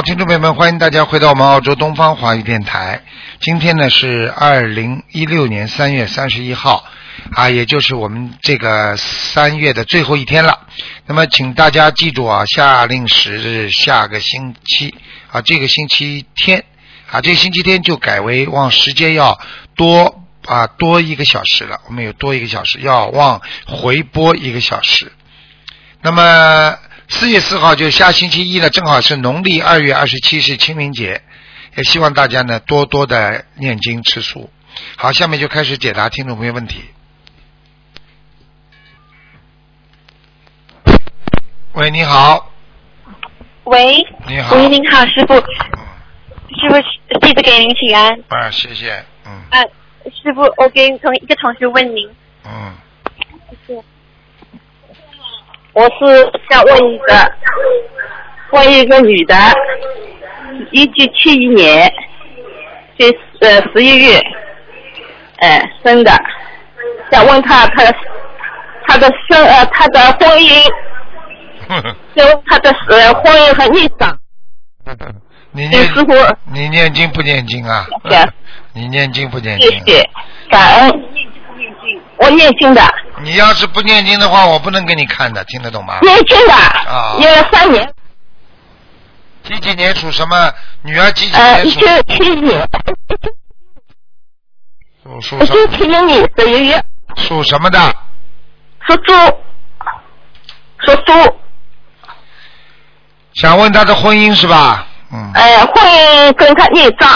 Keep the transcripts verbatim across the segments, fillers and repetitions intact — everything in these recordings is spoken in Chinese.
好，听众朋友们，欢迎大家回到我们澳洲东方华语电台。今天呢是二零一六年三月三十一号啊，也就是我们这个三月的最后一天了。那么请大家记住啊，夏令时日下个星期啊，这个星期天啊，这个星期天就改为往时间要多啊多一个小时了，我们有多一个小时，要往回拨一个小时。那么四月四号就下星期一了，正好是农历二月二十七是清明节，也希望大家呢多多的念经吃素。好，下面就开始解答听众朋友问题。喂，你好。 喂。 你好。 喂，您好，师傅。师傅，弟子给您请安。 啊，谢谢。嗯。 啊，师傅，我给从一个同学问您。 嗯。 谢谢。我是想问一个，问一个女的，一九七一年，这呃十一月，呃生的，想问她她她的生呃她的婚姻，就她的呃婚姻和孽障。 你念师傅， 你念经不念经啊？你念经不念经、啊？ 谢谢，感恩。我念经的。 你要是不念经的话，我不能给你看的，听得懂吗？ 念经的， 啊， 念了三年。 几几年属什么？女儿几几呃， 年属？ 一九七一年。 属属什么？ 一九七一年十一月。 属什么的？ 属猪。属猪。 想问她的婚姻是吧？嗯。 呃，婚姻跟她孽障。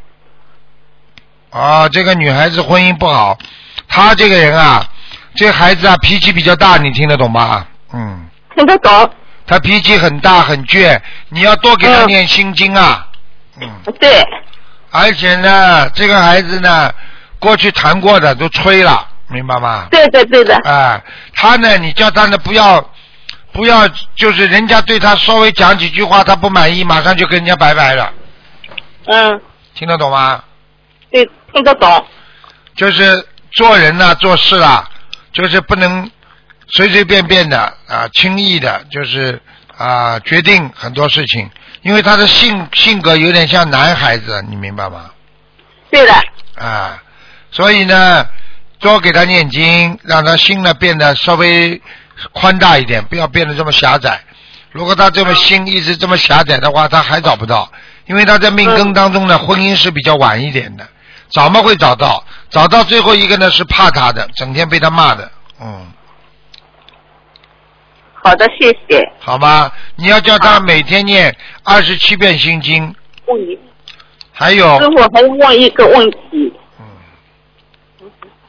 啊，这个女孩子婚姻不好。他这个人啊，这个孩子啊脾气比较大，你听得懂吗？嗯， 听得懂。 他脾气很大很倔，你要多给他念心经啊。嗯。 对。 而且呢，这个孩子呢，过去谈过的都吹了，明白吗？ 对的对的。 哎、呃，他呢，你叫他呢不要不要，就是人家对他稍微讲几句话，他不满意，马上就跟人家拜拜了。 嗯。 听得懂吗？ 对，听得懂。 就是。做人呐、啊，做事啊，就是不能随随便便的啊，轻易的，就是啊，决定很多事情。因为他的性性格有点像男孩子，你明白吗？ 对的。 啊，所以呢，多给他念经，让他心呢变得稍微宽大一点，不要变得这么狭窄。如果他这么心一直这么狭窄的话，他还找不到，因为他在命根当中呢，婚姻是比较晚一点的。找嘛会找到，找到最后一个呢是怕他的，整天被他骂的，嗯。 好的，谢谢。 好吗？你要叫他每天念二十七遍心经。 问你。 还有。 师傅还问一个问题。嗯。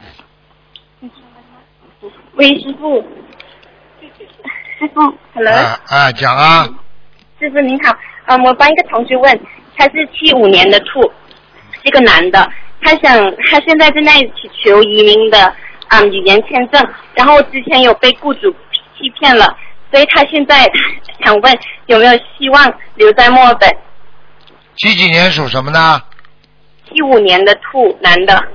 喂，师傅。师傅 ，Hello。 啊啊，讲啊。 师傅您好，嗯，我帮一个同学问，他是七五年的兔，是一个男的。他想，他现在正在求移民的嗯语言签证，然后之前有被雇主欺骗了，所以他现在想问有没有希望留在墨尔本。 几几年属什么呢？ 七五年的兔，男的。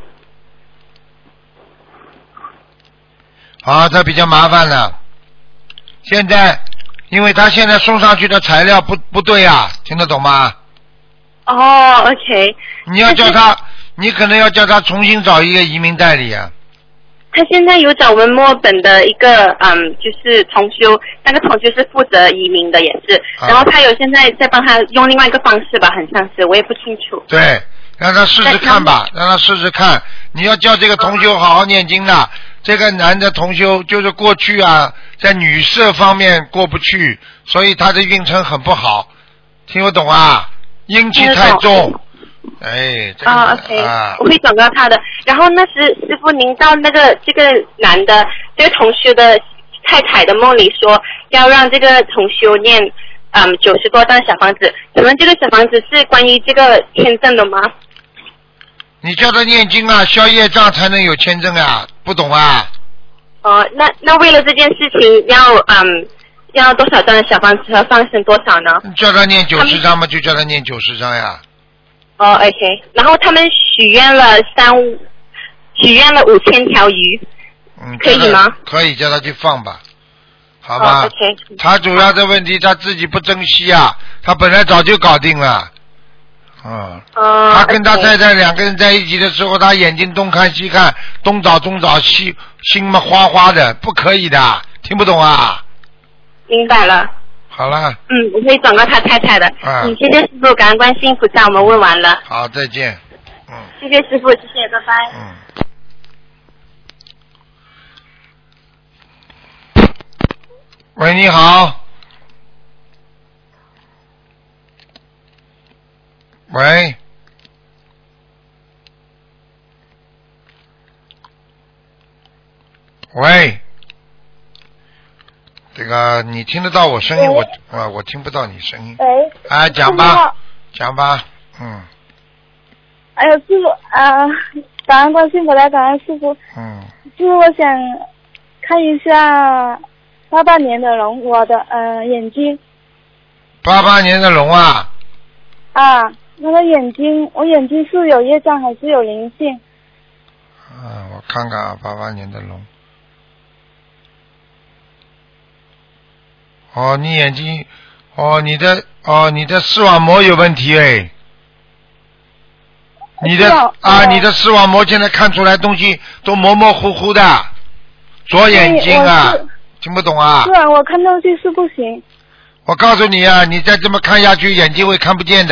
好，这比较麻烦了。现在，因为他现在送上去的材料不不对啊，听得懂吗？ 哦 ，OK。 你要叫他。你可能要叫他重新找一个移民代理啊。 他现在有找我们墨尔本的一个嗯，就是同修，那个同修是负责移民的，也是。啊、然后他有现在在帮他用另外一个方式吧，很像是，我也不清楚。 对，让他试试看吧，让他试试看。你要叫这个同修好好念经的。哦、这个男的同修就是过去啊，在女色方面过不去，所以他的运程很不好。听不懂啊？阴气太重。哎，这个、 啊 ，OK， 啊我会转告他的。然后那时师傅您到那个这个男的这个同学的太太的梦里说，要让这个同修念嗯九十多张小房子。请问这个小房子是关于这个签证的吗？ 你叫他念经啊，消业障才能有签证啊，不懂啊？ 哦、呃，那那为了这件事情要嗯要多少张的小房子和放生多少呢？ 叫他念九十张嘛，就叫他念九十张呀。 哦 ，OK， 然后他们许愿了三，许愿了五千条鱼， 嗯， 可以吗？ 可以，叫他去放吧。 好吧？ 哦，OK。 他主要的问题他自己不珍惜啊，他本来早就搞定了。嗯。 哦。 他跟他 OK 太太两个人在一起的时候，他眼睛东看西看，东找东找，西心嘛花花的，不可以的，听不懂啊？ 明白了。 好了。 嗯，我会转告他太太的。 啊、 嗯，谢谢师傅，感恩观世音菩萨，我们问完了。 好，再见。嗯。 谢谢师傅，谢谢，拜拜。 嗯。喂，你好。喂。喂。这个你听得到我声音，我啊我听不到你声音。 喂。 啊，讲吧，讲吧，嗯。 哎呀，师傅啊，感恩观世音菩萨，感恩师傅。 嗯。 师傅，我想看一下八八年的龙，我的呃眼睛。 八八年的龙啊。 啊，那个眼睛，我眼睛是有业障还是有灵性？ 啊，我看看啊，八八年的龙。哦，你眼睛，哦，你的，哦，你的视网膜有问题哎。你的啊， 哦、 你的视网膜现在看出来东西都模模糊糊的，左眼睛啊，听不懂啊？ 是啊，我看东西是不行。 我告诉你啊，你再这么看下去，眼睛会看不见的。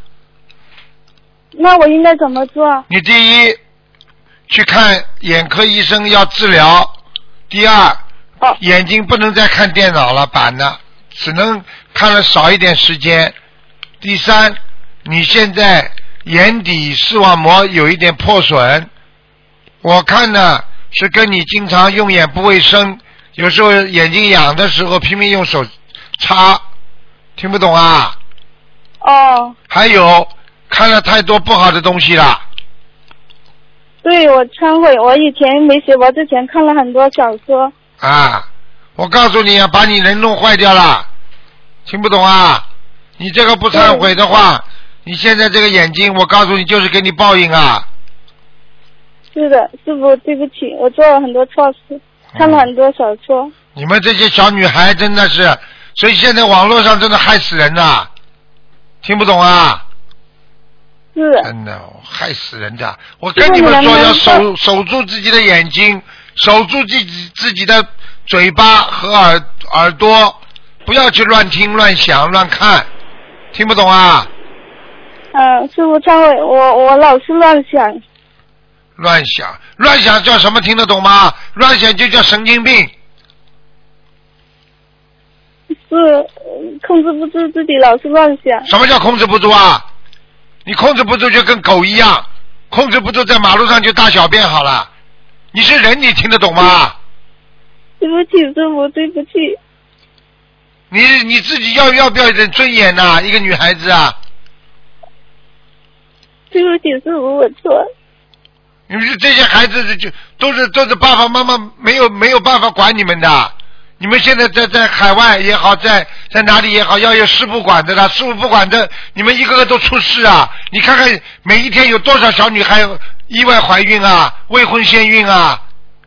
那我应该怎么做？ 你第一，去看眼科医生要治疗；第二， 哦、 眼睛不能再看电脑了版的，只能看了少一点时间；第三，你现在眼底视网膜有一点破损，我看呢是跟你经常用眼不卫生，有时候眼睛痒的时候拼命用手擦，听不懂啊？ 哦。 还有看了太多不好的东西了。 对，我忏悔，我以前没学佛之前看了很多小说。 啊，我告诉你啊，把你人弄坏掉了，听不懂啊？你这个不忏悔的话，你现在这个眼睛，我告诉你就是给你报应啊。 是的，师傅，对不起，我做了很多错事，看了很多小说。 嗯、你们这些小女孩真的是，所以现在网络上真的害死人呐，听不懂啊？ 是。 真的害死人的！我跟你们说，要守守住自己的眼睛，守住自己自己的嘴巴和耳耳朵，不要去乱听、乱想、乱看，听不懂啊？ 嗯，师傅忏悔，我我老是乱想。 乱想，乱想叫什么？听得懂吗？乱想就叫神经病。 是控制不住自己，老是乱想。 什么叫控制不住啊？你控制不住就跟狗一样，控制不住在马路上就大小便好了。你是人，你听得懂吗？ 对不起，师傅，对不起。 你你自己要要不要一点尊严呐、啊？一个女孩子啊。 对不起，师傅，我错了。 你们这些孩子就都是都是爸爸妈妈没有没有办法管你们的。你们现在在在海外也好，在在哪里也好，要有师傅管的了，师傅不管的，你们一个个都出事啊！你看看每一天有多少小女孩意外怀孕啊，未婚先孕啊！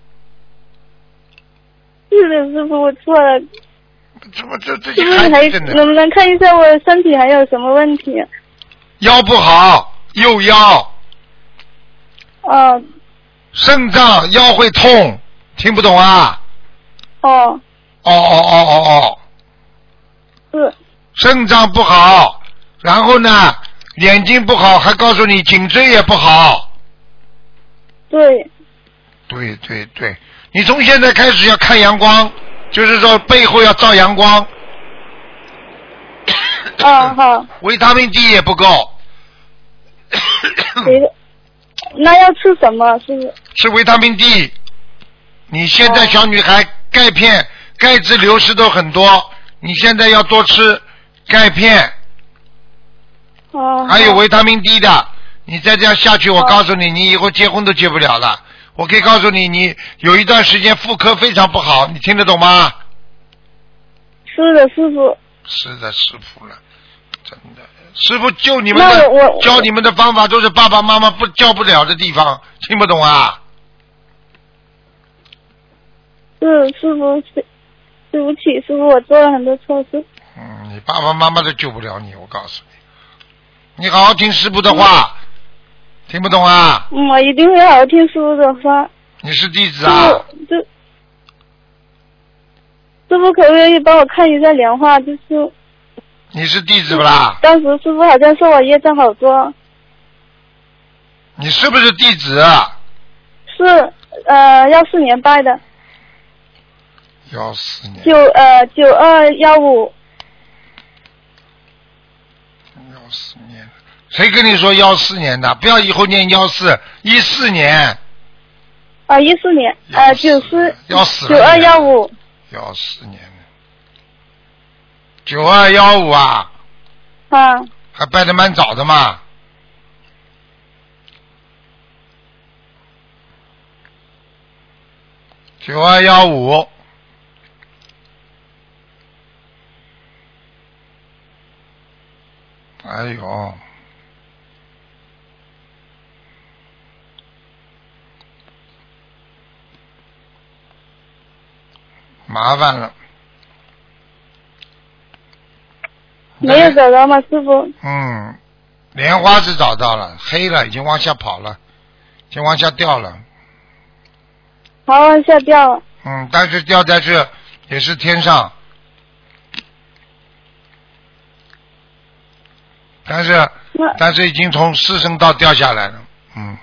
是的，师傅，我错了。 怎么这这些孩子真的？ 能不能看一下我的身体还有什么问题？ 腰不好，右腰。 哦。 肾脏腰会痛，听不懂啊？ 哦。 哦哦哦哦哦， 是肾脏不好，然后呢，眼睛不好，还告诉你颈椎也不好。 对。 对对对，你从现在开始要看阳光，就是说背后要照阳光。 哦好。 维他命 D 也不够。 那要吃什么？是不是？ 吃维他命 D。你现在小女孩钙片。钙质流失都很多，你现在要多吃钙片， 哦， 还有维他命 D 的。你再这样下去，我告诉你，你以后结婚都结不了了。我可以告诉你，你有一段时间妇科非常不好，你听得懂吗？ 是的，师傅。 是的，师傅了，真的，师傅救你们的，教你们的方法都是爸爸妈妈不教不了的地方，听不懂啊？ 是师傅。 对不起，师傅，我做了很多错事。 嗯，你爸爸妈妈都救不了你，我告诉你，你好好听师傅的话，嗯、听不懂啊？ 嗯，我一定会好好听师傅的话。 你是弟子啊？ 就师傅可不可以帮我看一下莲花？就是你是弟子不啦？ 当时师傅好像说我业障好多。 你是不是弟子？ 是，呃，幺四年拜的。 幺四年。 九呃九二幺五。 幺四年，谁跟你说幺四年的？不要以后念幺四，一四年。 啊，一四年，呃，九四。 要死了。 九二幺五。 幺四年。九二幺五啊。 啊。 还拜得蛮早的嘛。九二幺五。哎呦，麻烦了。 没有找到吗，师傅？ 嗯，莲花是找到了，黑了，已经往下跑了，已经往下掉了。 好，往下掉了。 嗯，但是掉在这也是天上。但是但是已经从四声道掉下来了，嗯。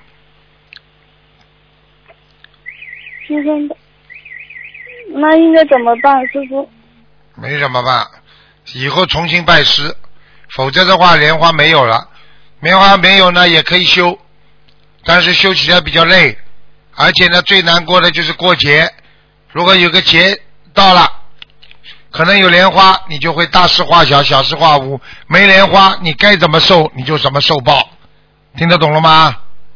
四声道，那应该怎么办，师傅？ 没怎么办，以后重新拜师，否则的话莲花没有了，莲花没有呢也可以修，但是修起来比较累，而且呢最难过的就是过节，如果有个节到了。可能有莲花，你就会大事化小，小事化无；没莲花，你该怎么受你就怎么受报。听得懂了吗？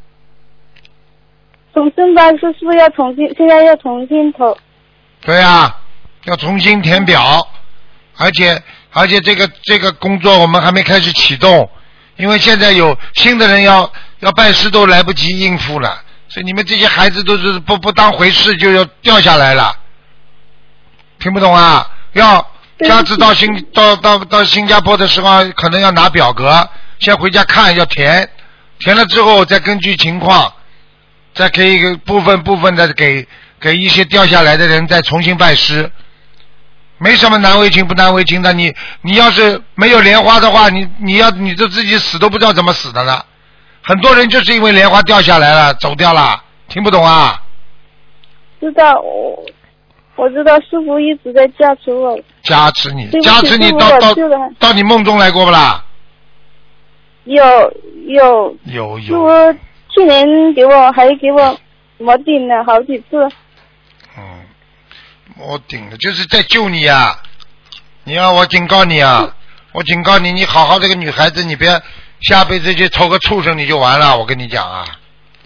重新办是不是要重新？现在要重新投？ 对啊，要重新填表，而且而且这个这个工作我们还没开始启动，因为现在有新的人要要拜师都来不及应付了，所以你们这些孩子都是不不当回事就要掉下来了。听不懂啊？要下次到新到到到新加坡的时候，可能要拿表格，先回家看，要填，填了之后再根据情况，再给一个部分部分的给给一些掉下来的人再重新拜师，没什么难为情不难为情的。你你要是没有莲花的话，你你要你就自己死都不知道怎么死的了。很多人就是因为莲花掉下来了，走掉了，听不懂啊？ 知道我。我知道师傅一直在加持我， 加持你，加持你到到到你梦中来过不啦？ 有有有有。 师傅去年给我还给我摸顶了好几次。 嗯，摸顶了就是在救你啊！你要我警告你啊！我警告你，你好好这个女孩子，你别下辈子就投个畜生你就完了，我跟你讲啊！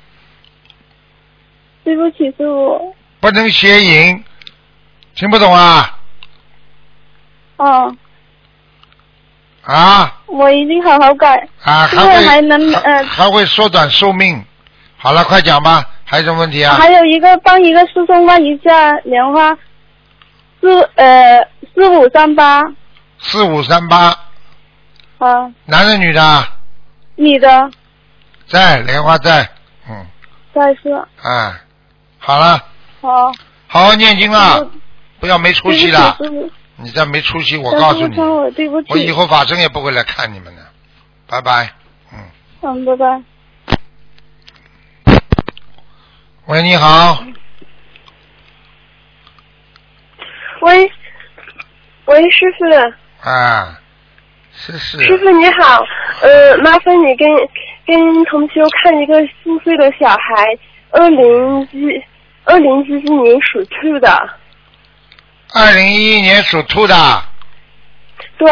对不起，师傅。 不能邪淫。听不懂啊？ 哦。 啊？ 我一定好好改。 啊，还会还能呃还会缩短寿命。好了，快讲吧，还有什么问题啊？ 还有一个帮一个师兄问一下莲花，四呃四五三八。 四五三八。 啊。 男的女的？ 女的。 在莲花在，嗯。 在是。 哎，好了。 好。 好好念经啊！不要没出息了，你这没出息，我告诉你， 我, 对不起我以后法身也不会来看你们的，拜拜。嗯。 嗯，拜拜。 喂，你好。 喂，喂，师傅。 啊，是是。 师傅你好，呃，麻烦你跟跟同修看一个四岁的小孩，二零一二零一一年属兔的。 二零一一年属兔的。 对。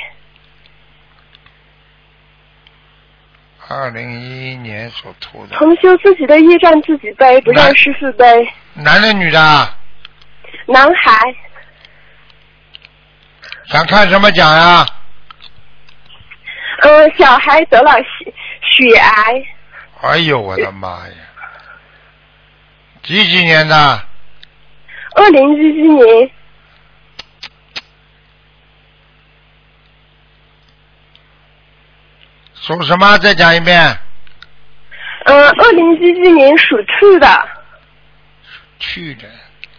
二零一一年属兔的。 同修自己的业障自己背，不让师傅背。 男的女的？ 男孩。 想看什么奖呀？ 呃，小孩得了血血癌。 哎呦，我的妈呀！几几年的？ 二零一一年。 属什么？再讲一遍。 嗯，二零一七年属兔的。 去的。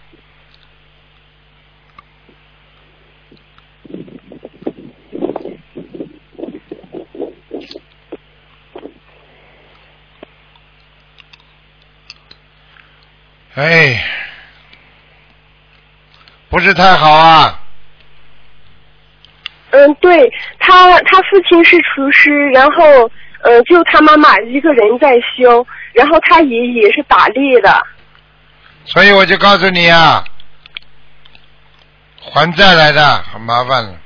哎，不是太好啊。 嗯，对他，他父亲是厨师，然后呃，就他妈妈一个人在修，然后他爷爷是打猎的。 所以我就告诉你啊，还债来的，很麻烦了。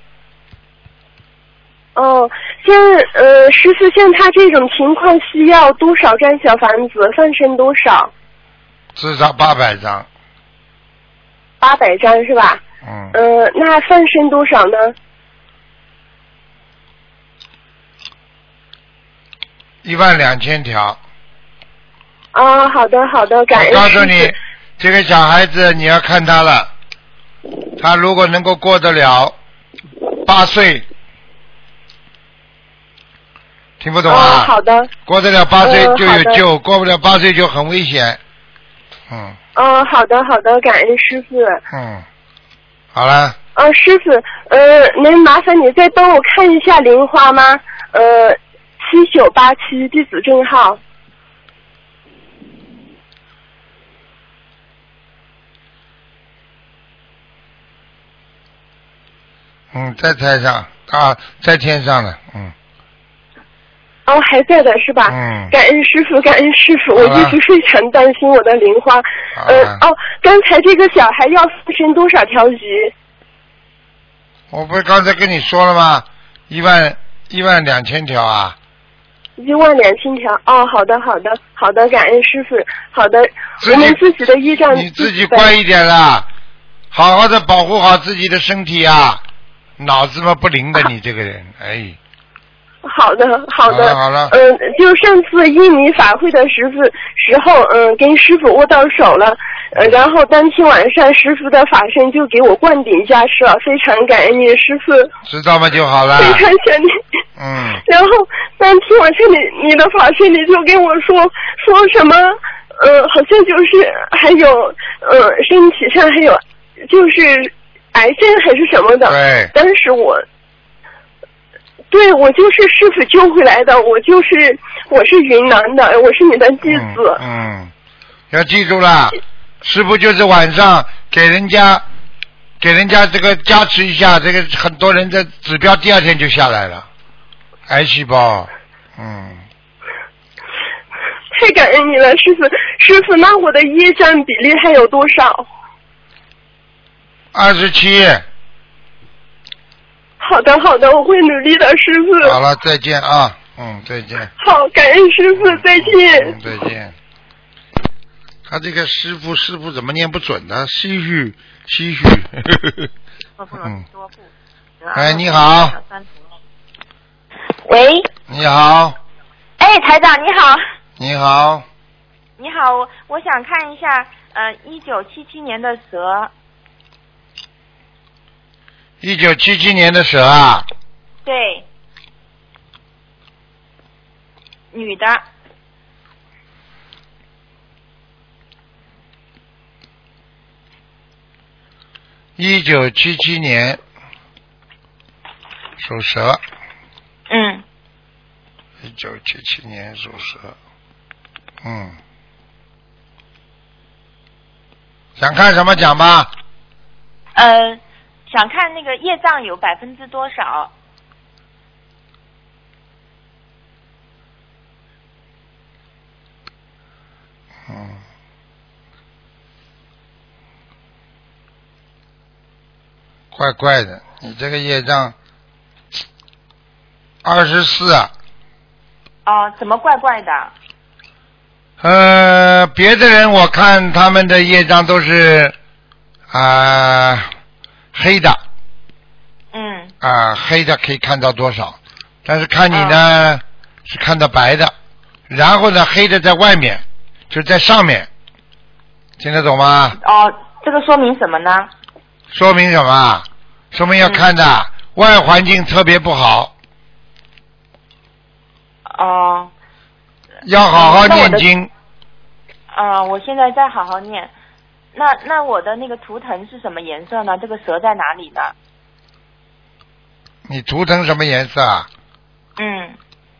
哦，像呃，师傅像他这种情况需要多少张小房子？放生多少？ 至少八百张。 八百张是吧？ 嗯。 呃，那放生多少呢？ 一万两千条。 啊，好的好的，感恩师父。 我告诉你，这个小孩子你要看他了，他如果能够过得了八岁，听不懂啊？ 哦、好的。 过得了八岁就有救， 呃、 过不了八岁就很危险。嗯。 哦，好的好的，感恩师傅。 嗯，好了。 呃，师傅，呃，能麻烦你再帮我看一下莲花吗？呃，七九八七弟子证号。 嗯，在台上啊，在天上了，嗯。 哦，还在的是吧？ 嗯。 感恩师傅，感恩师傅，我一直非常担心我的莲花。呃，哦，刚才这个小孩要生多少条鱼？ 我不是刚才跟你说了吗？一万一万两千条啊。 一万两千条。哦，好的，好的，好的，感恩师傅。好的，我们自己的业障。 你自己乖一点啦，好好的保护好自己的身体啊！脑子嘛不灵的，你这个人，哎。 好的，好的， 好了， 嗯、呃，就上次印尼法会的时候，时候，嗯、呃，跟师傅握到手了，呃，然后当天晚上师傅的法身就给我灌顶加持了，非常感恩你师傅。 知道吗就好了。 非常想你。 嗯。 然后当天晚上你你的法身你就跟我说说什么，呃，好像就是还有呃身体上还有就是癌症还是什么的。 对。 当时我。对，我就是师傅救回来的，我就是我是云南的，我是你的弟子。 嗯，嗯要记住了，师傅就是晚上给人家给人家这个加持一下，这个很多人的指标第二天就下来了，癌细胞。嗯。 太感恩你了，师傅。师傅，那我的业障比例还有多少？ 二十七。 好的，好的，我会努力的，师傅。 好了，再见啊，嗯，再见。 好，感恩师傅，再见。 嗯，再见。他这个师傅，师傅怎么念不准呢？唏嘘，唏嘘。嗯。哎，你好。 喂。 你好。 哎，台长你好。 你好。 你好，我我想看一下，呃，一九七七年的蛇。 一九七七年的蛇啊。 对。女的。 一九七七年属蛇。 嗯。 一九七七年属蛇。嗯。想看什么讲吧？ 呃。想看那个业障有百分之多少？ 嗯，怪怪的，你这个业障二十四啊。 哦，怎么怪怪的？ 呃，别的人我看他们的业障都是啊。呃黑的， 嗯， 啊，黑的可以看到多少？但是看你呢、哦、是看到白的，然后呢黑的在外面，就在上面，听得懂吗？ 哦，这个说明什么呢？ 说明什么？说明要看的、嗯、外环境特别不好。 哦。 要好好念经。 啊、呃，我现在在好好念。那那我的那个图腾是什么颜色呢？这个蛇在哪里呢？ 你图腾什么颜色啊？ 嗯。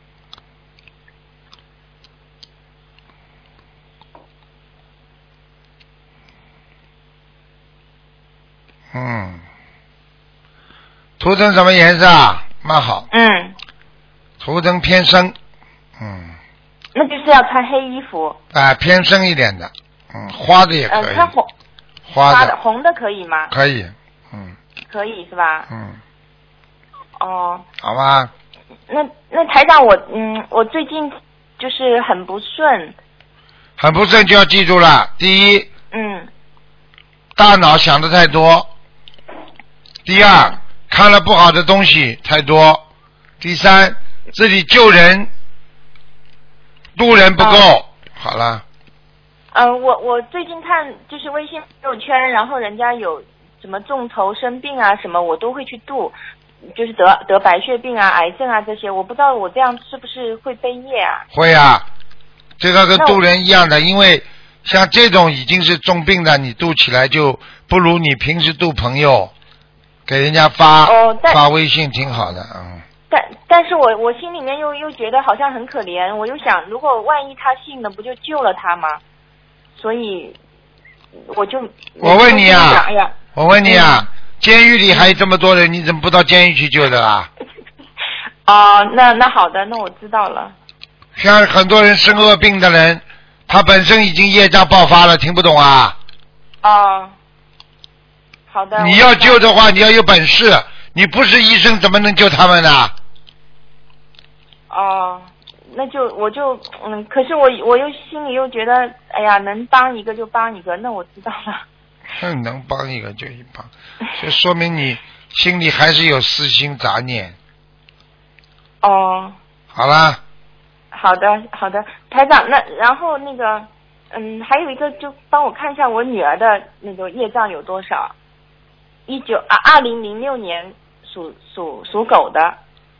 嗯。图腾什么颜色啊？蛮好。 嗯。 图腾偏深。嗯。 那就是要穿黑衣服。 啊、呃，偏深一点的。嗯，花的也可以。 呃，穿红。 花的。 花的红的可以吗？ 可以。嗯。 可以是吧？ 嗯。 哦。 好吧。 那那台长，我嗯，我最近就是很不顺。 很不顺就要记住了，第一。 嗯。 大脑想的太多。第二，嗯、看了不好的东西太多。第三，自己救人。渡人不够，哦、好了。 嗯、呃，我我最近看就是微信朋友圈，然后人家有什么众筹生病啊什么，我都会去渡，就是得得白血病啊、癌症啊这些，我不知道我这样是不是会背业啊？ 会啊，这个跟渡人一样的，因为像这种已经是重病的，你渡起来就不如你平时渡朋友，给人家发、 哦、 发微信挺好的，嗯。 但但是我我心里面又又觉得好像很可怜，我又想，如果万一他信了，不就救了他吗？所以我就我问你啊，我问你啊， 嗯、 监狱里还有这么多人，你怎么不到监狱去救的啊？ 哦，那那好的，那我知道了。 像很多人生恶病的人，他本身已经业障爆发了，听不懂啊？ 哦，好的。 你要救的话，你要有本事。你不是医生怎么能救他们呢？ 哦，那就我就嗯，可是我我又心里又觉得，哎呀，能帮一个就帮一个，那我知道了。 嗯，能帮一个就一帮，这说明你心里还是有私心杂念。 哦。 好啦。 好的，好的，台长，那然后那个，嗯，还有一个，就帮我看一下我女儿的那个业障有多少？一九啊，二零零六年。属属属狗的，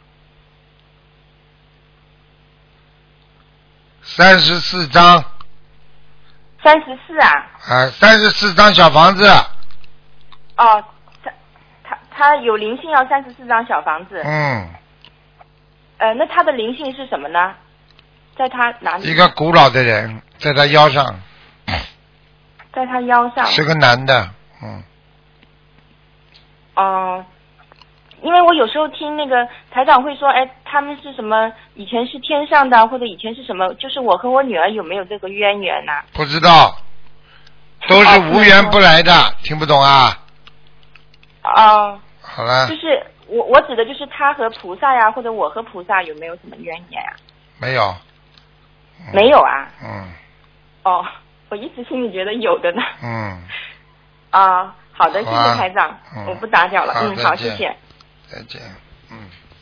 三十四张。 三十四啊？ 啊，三十四张小房子。 哦，他他他有灵性，要三十四张小房子。 嗯。 呃，那他的灵性是什么呢？在他哪里？ 一个古老的人，在他腰上。 在他腰上。 是个男的，嗯。 哦、呃。因为我有时候听那个台长会说，哎，他们是什么？以前是天上的，或者以前是什么？就是我和我女儿有没有这个渊源呢、啊？ 不知道，都是无缘不来的，哦、听不懂啊？ 哦。 好了。 就是我我指的就是他和菩萨呀，或者我和菩萨有没有什么渊源啊？ 没有。 嗯、没有啊。 嗯。 哦，我一直心里觉得有的呢。 嗯。 啊，好的，谢谢台长， 嗯、 我不打搅了。嗯，好，谢谢。 再见，嗯。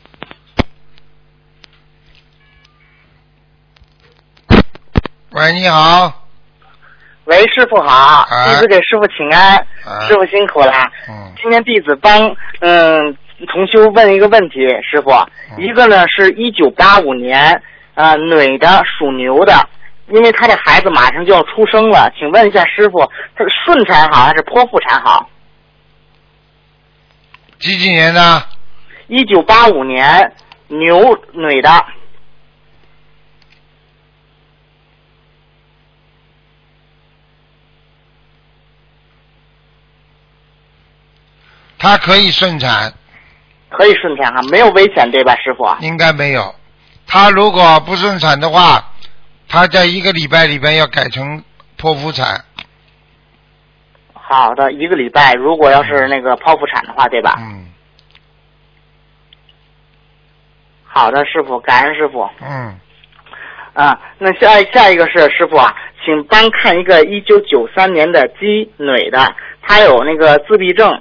喂，你好。 喂，师傅好，弟子给师傅请安， 啊、 师傅辛苦了。 嗯。 今天弟子帮嗯同修问一个问题，师傅，嗯、一个呢是一九八五年呃女的属牛的，因为她的孩子马上就要出生了，请问一下师傅，她是顺产好还是剖腹产好？ 几几年的？ 一九八五年，牛女的。 她可以顺产。 可以顺产啊，没有危险对吧，师傅？ 应该没有。她如果不顺产的话，她在一个礼拜里边要改成剖腹产。 好的，一个礼拜，如果要是那个剖腹产的话，对吧？ 嗯。 好的，师傅，感恩师傅。 嗯。 啊，那下下一个是师傅啊，请帮看一个一九九三年的鸡女的，她有那个自闭症。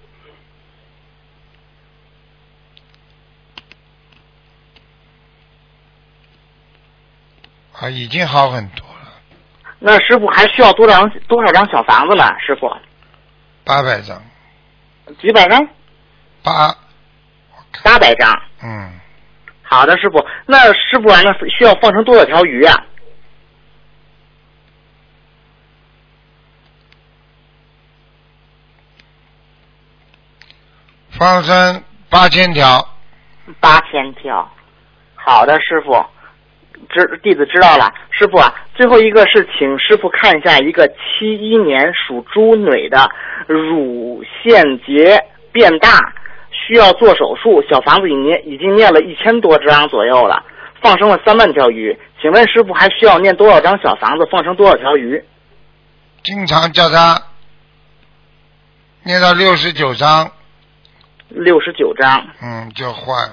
啊，已经好很多了。 那师傅还需要多张多少张小房子呢？师傅。 八百张。 几百张？ 八。 八百张。 嗯。 好的，师傅。那师傅啊，那需要放成多少条鱼啊？ 放生八千条。 八千条。好的，师傅，知弟子知道了。师傅啊，最后一个是请师傅看一下一个七一年属猪女的乳腺结变大，需要做手术，小房子已念已经念了一千多张左右了，放生了三万条鱼。请问师傅还需要念多少张小房子，放生多少条鱼？ 经常叫他念到六十九章。 六十九章。 嗯，就换。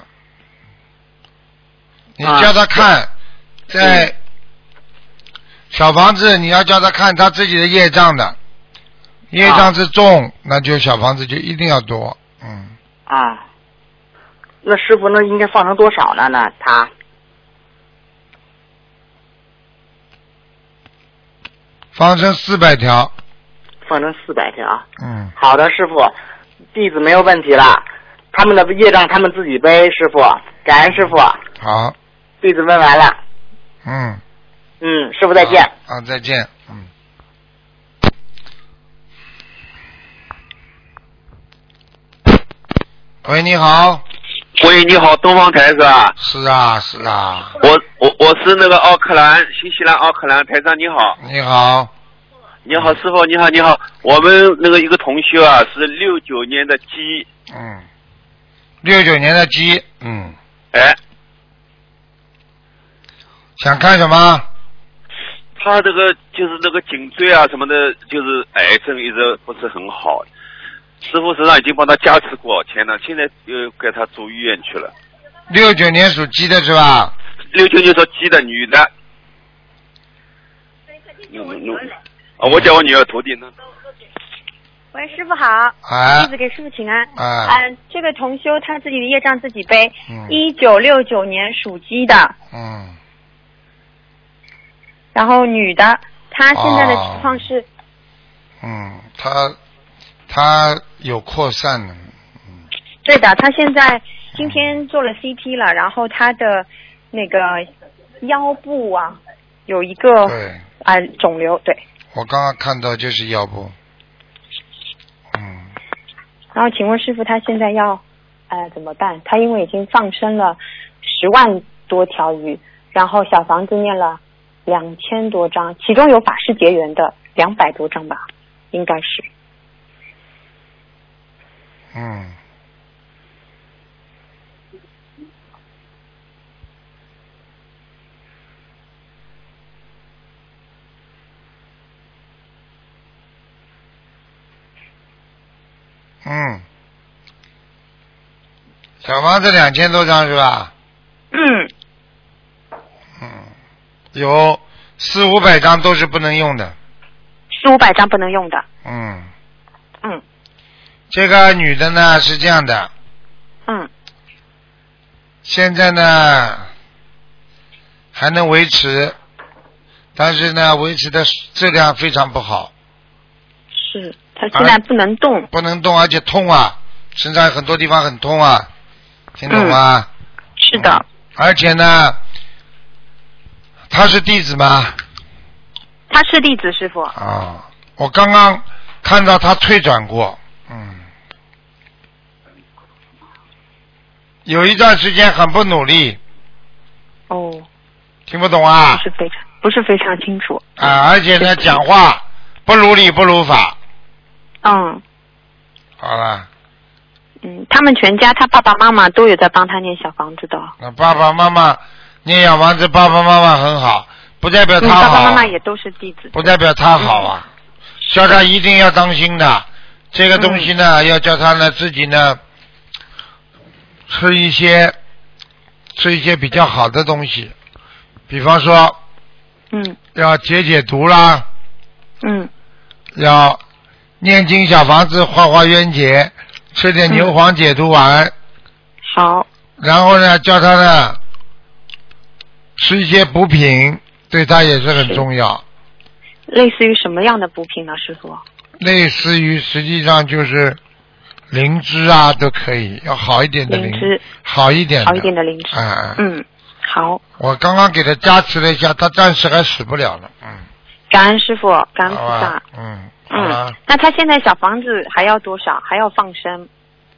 你叫他看，啊、在、嗯、小房子，你要叫他看他自己的业障的，业障是重，啊、那就小房子就一定要多。嗯。 啊。那师傅那应该放成多少呢？那他放成四百条。 放成四百条。 嗯。 好的，师傅，弟子没有问题了。他们的业障他们自己背，师傅，感恩师傅。 好。 弟子问完了。 嗯。 嗯，师傅再见。 啊，再见。嗯。喂，你好。 喂，你好，东方台是吧？ 是啊，是啊。 我我我是那个奥克兰，新西兰奥克兰台长，你好。 你好。 你好，师傅，你好，你好。我们那个一个同学啊，是六九年的鸡。 嗯。六九年的鸡，嗯。 哎。 想看什么？ 他这个就是那个颈椎啊什么的，就是癌症一直不是很好。师傅身上已经帮他加持过钱了，现在又给他住医院去了。 六九年属鸡的是吧？ 六九年属鸡的女的。嗯嗯啊，我叫我女儿徒弟呢。 喂，师傅好， 哎， 弟子给师傅请安。 哎， 啊，这个同修他自己的业障自己背。嗯。一九六九年属鸡的。 嗯。 然后女的，她现在的情况是。 哦、嗯，她她有扩散的。嗯。 对的，她现在今天做了 C T 了，然后她的那个腰部啊有一个对啊、呃、肿瘤，对。 我刚刚看到就是腰部。嗯。 然后请问师傅，他现在要呃怎么办？他因为已经放生了十万多条鱼，然后小房子念了两千多张，其中有法事结缘的两百多张吧，应该是。 嗯。嗯。小房子两千多张是吧？ 嗯。 嗯。有四五百张都是不能用的。 四五百张不能用的。 嗯。 嗯。 这个女的呢是这样的。 嗯。 现在呢还能维持，但是呢维持的质量非常不好。 是，她现在不能动。 不能动，而且痛啊，身上很多地方很痛啊，听懂吗？ 嗯、是的、嗯。 而且呢。他是弟子吗？ 他是弟子，师傅。 啊，我刚刚看到他退转过，嗯，有一段时间很不努力。 哦。 听不懂啊？ 不是非常，不是非常清楚。 啊，而且呢，讲话不如理不如法。 嗯。 好了。 嗯，他们全家，他爸爸妈妈都有在帮他念小房子的。 那爸爸妈妈。念小房子，爸爸妈妈很好，不代表他好。 嗯、爸爸妈妈也都是弟子。 不代表他好啊，嗯、叫他一定要当心的。这个东西呢，嗯、要叫他呢自己呢吃一些吃一些比较好的东西，比方说， 嗯， 要解解毒啦， 嗯， 要念经小房子化化冤结，吃点牛黄解毒丸。嗯、 好。 然后呢，叫他呢。吃一些补品对他也是很重要。 类似于什么样的补品呢，师傅？ 类似于实际上就是灵芝啊都可以，要好一点的灵芝， 好一点的， 好一点的灵芝。 啊、 嗯，好。 我刚刚给他加持了一下，他暂时还死不了了。嗯。 感恩师傅，感恩菩萨。 嗯。 嗯。那他现在小房子还要多少？还要放生？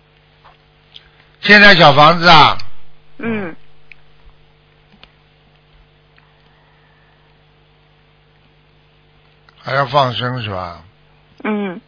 现在小房子啊。 嗯。 还要放生是吧？ 嗯。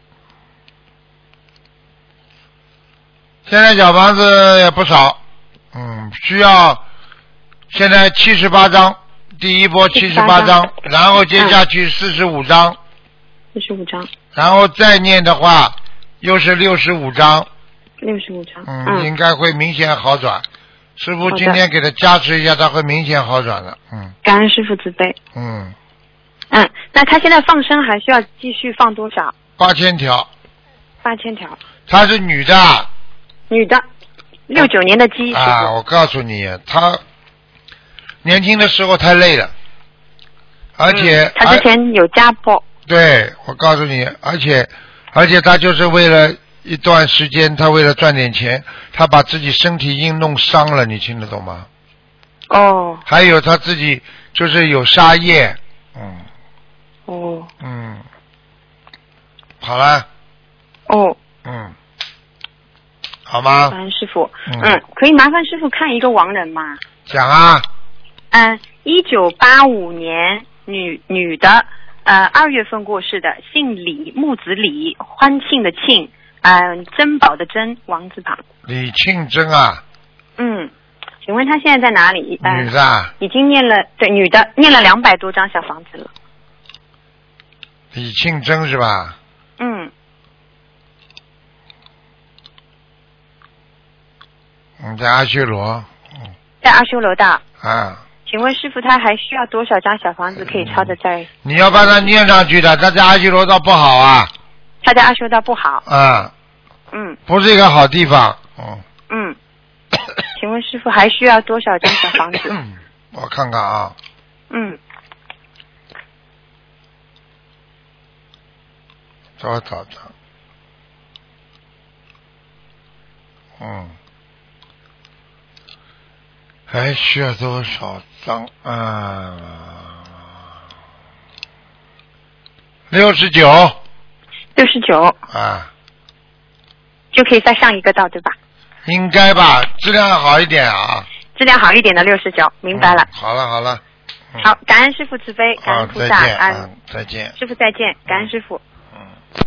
现在小房子也不少，嗯，需要现在七十八张，第一波七十八张，然后接下去四十五张， 四十五张， 然后再念的话又是六十五张， 六十五张， 嗯， 嗯应该会明显好转。师傅今天给他加持一下，他会明显好转的，嗯。 感恩师傅慈悲。 嗯。 嗯，那他现在放生还需要继续放多少？ 八千条。 八千条。 她是女的。 女的，六九年的鸡。 啊，我告诉你，她年轻的时候太累了，而且她、嗯、之前有家暴。 对，我告诉你，而且而且她就是为了一段时间，她为了赚点钱，她把自己身体硬弄伤了，你听得懂吗？ 哦。 还有她自己就是有沙叶，嗯。 哦。 嗯。好了。 哦。 嗯。好吗？ 感恩师傅。 嗯, 嗯，可以麻烦师傅看一个亡人吗？ 讲啊。 嗯，一九八五年女女的，呃，二月份过世的，姓李，木子李，欢庆的庆，嗯、呃，珍宝的珍，王字旁。 李庆珍啊。 嗯，请问她现在在哪里？呃、 女的、啊。 已经念了，对，女的念了两百多张小房子了。 李庆珍是吧？ 嗯。 嗯，在阿修罗。嗯。 在阿修罗道。 啊。 请问师傅，他还需要多少张小房子可以抄的在？ 你要把它念上去的，他在阿修罗道不好啊。 他在阿修罗道不好。 啊。 嗯。 不是一个好地方。嗯。 嗯。请问师傅还需要多少张小房子？ 我看看啊。 嗯。 多少张？嗯。还需要多少张啊？六十九。 六十九。 啊。 就可以再上一个道，对吧？ 应该吧，质量好一点啊。 质量好一点的六十九，明白了。 嗯、好了好了、 嗯。好，感恩师父慈悲，感恩菩萨， 再见、 嗯嗯，再见。 师父再见，感恩师父。 嗯。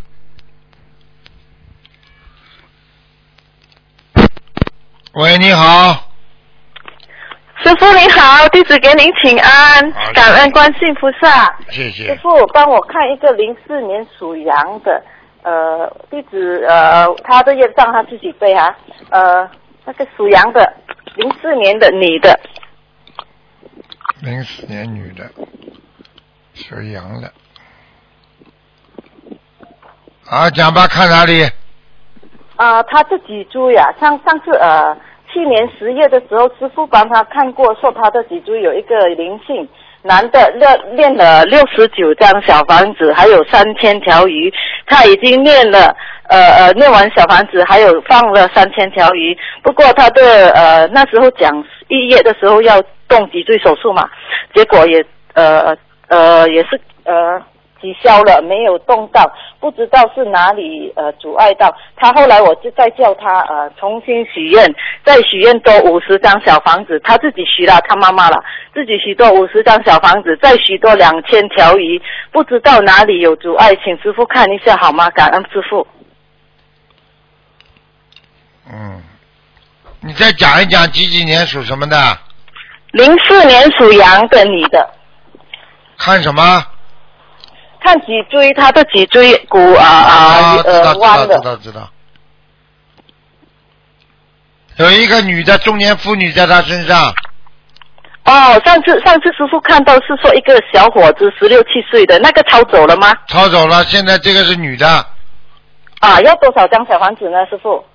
喂，你好。 师父你好，弟子给您请安，感恩观世菩萨。 谢谢。 师父帮我看一个零四年属羊的，呃，弟子呃，他的业障他自己背啊，呃，那个属羊的，零四年的女的。 零四年女的，属羊的。好，讲吧，看哪里？ 啊、呃，他自己猪呀，上上次呃。去年十月的时候，师父帮他看过，说他的脊椎有一个灵性，男的练练了六十九张小房子，还有三千条鱼，他已经练了呃呃练完小房子，还有放了三千条鱼。不过他的呃那时候讲一月的时候要动脊椎手术嘛，结果也呃呃也是呃。取消了，没有动到，不知道是哪里呃阻碍到他。后来我就再叫他呃重新许愿，再许愿多五十张小房子，他自己许了，他妈妈了，自己许多五十张小房子，再许多两千条鱼，不知道哪里有阻碍，请师父看一下好吗？感恩师父。 嗯，你再讲一讲几几年属什么的？ 零四年属羊的女的。 看什么？ 看脊椎，他的脊椎骨啊啊呃弯的。 知道知道。有一个女的中年妇女在他身上。 哦，上次上次师傅看到是说一个小伙子十六七岁的那个抄走了吗？ 抄走了，现在这个是女的。 啊，要多少张小房子呢，师傅？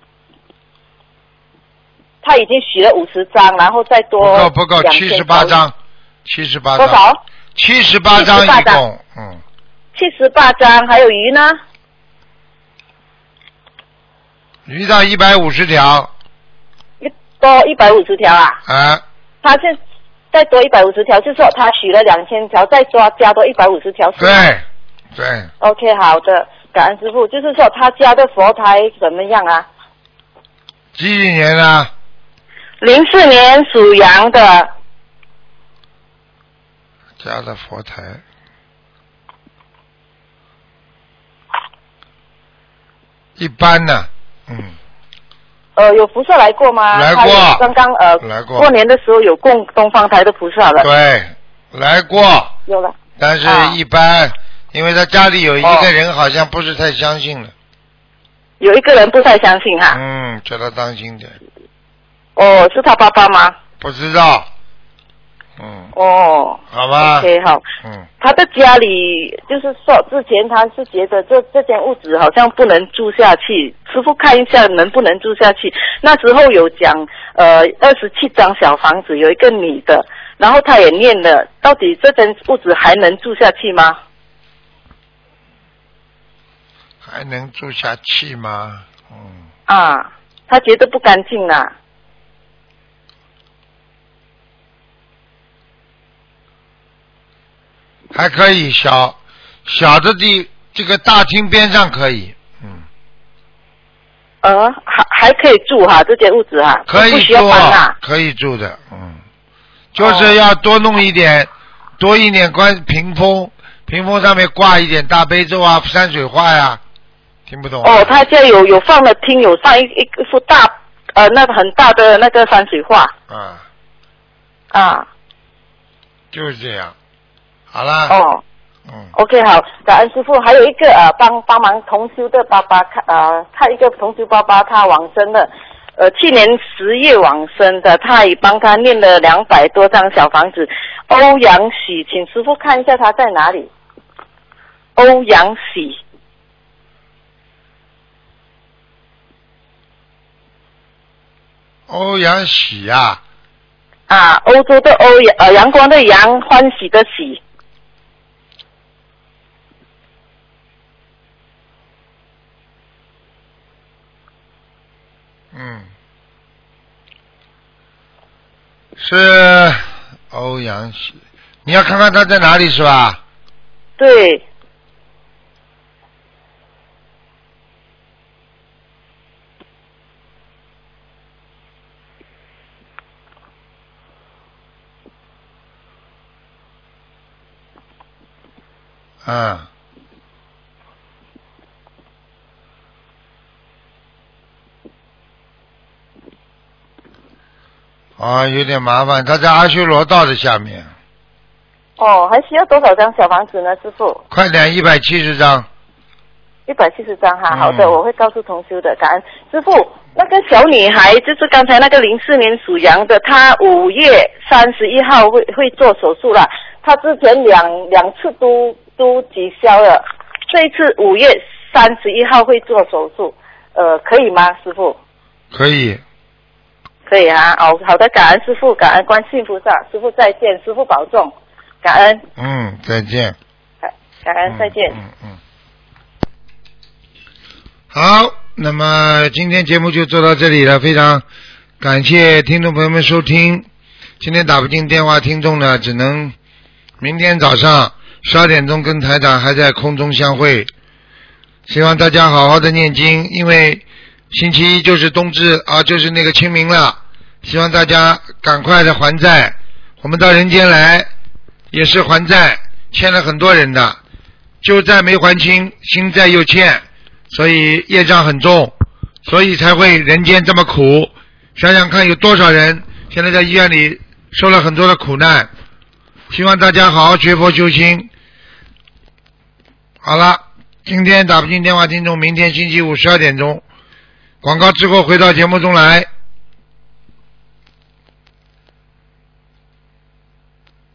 他已经许了五十张，然后再多不够不够，七十八张，七十八张。 多少？ 七十八张一共，嗯。 七十八张，还有鱼呢？ 鱼到一百五十条。 一多一百五十条啊？ 啊。 他现再多一百五十条，就是说他许了两千条，再多加多一百五十条。 对对。 OK， 好的，感恩师父。就是说他家的佛台怎么样啊？ 几几年啊？ 零四年属羊的。 家的佛台。一般呢，嗯。 呃，有菩萨来过吗？ 来过。 刚刚呃， 来过。 过年的时候有供东方台的菩萨了。 对，来过。 有了。 但是一般，啊、因为他家里有一个人好像不是太相信了。 有一个人不太相信哈。 嗯，叫他当心点。 哦，是他爸爸吗？ 不知道。嗯。 哦。 好吧。 OK， 好。 嗯。 他的家里就是说，之前他是觉得这这间屋子好像不能住下去，师傅看一下能不能住下去。那时候有讲，呃，二十七张小房子，有一个女的，然后他也念了，到底这间屋子还能住下去吗？ 还能住下去吗？嗯。 啊，他觉得不干净啊。 还可以，小小的地这个大厅边上可以，嗯。 呃，还还可以住哈，这间屋子哈， 可以住， 不需要搬啊， 可以住的，嗯。就是要多弄一点，哦、多一点关屏风，屏风上面挂一点大悲咒啊、山水画呀、啊，听不懂、啊？ 哦，他家有有放了厅，有放一一幅大呃那个很大的那个山水画。 啊。 啊。 就是这样。好了。 哦， 嗯 ，OK， 好，感恩师父。还有一个呃，帮帮忙同修的爸爸看呃，看一个同修爸爸他往生了，呃，去年十月往生的，他也帮他念了两百多张小房子。欧阳喜，请师父看一下他在哪里。欧阳喜。 欧阳喜呀、 啊。啊，欧洲的欧呃阳光的阳，欢喜的喜。 嗯，是欧阳喜，你要看看他在哪里是吧？ 对。 嗯。啊，有点麻烦，他在阿修罗道的下面。 哦，还需要多少张小房子呢，师傅？ 快点，一百七十张。 一百七十张哈， 嗯、 好的，我会告诉同修的。感恩师傅，那个小女孩就是刚才那个零四年属羊的，她五月三十一号会会做手术了。她之前两两次都都取消了，这一次五月三十一号会做手术，呃，可以吗，师傅？ 可以。 可以啊，好好的，感恩师父，感恩观世音菩萨，师父再见，师父保重，感恩。 嗯，再见。 感感恩，再见。 嗯 嗯, 嗯。好，那么今天节目就做到这里了，非常感谢听众朋友们收听。今天打不进电话，听众呢只能明天早上十二点钟跟台长还在空中相会。希望大家好好的念经，因为星期一就是冬至啊，就是那个清明了。希望大家赶快的还债，我们到人间来也是还债，欠了很多人的，旧债没还清，新债又欠，所以业障很重，所以才会人间这么苦。想想看有多少人现在在医院里受了很多的苦难，希望大家好好学佛修心。好了，今天打不进电话听众，明天星期五十二点钟广告之后回到节目中来。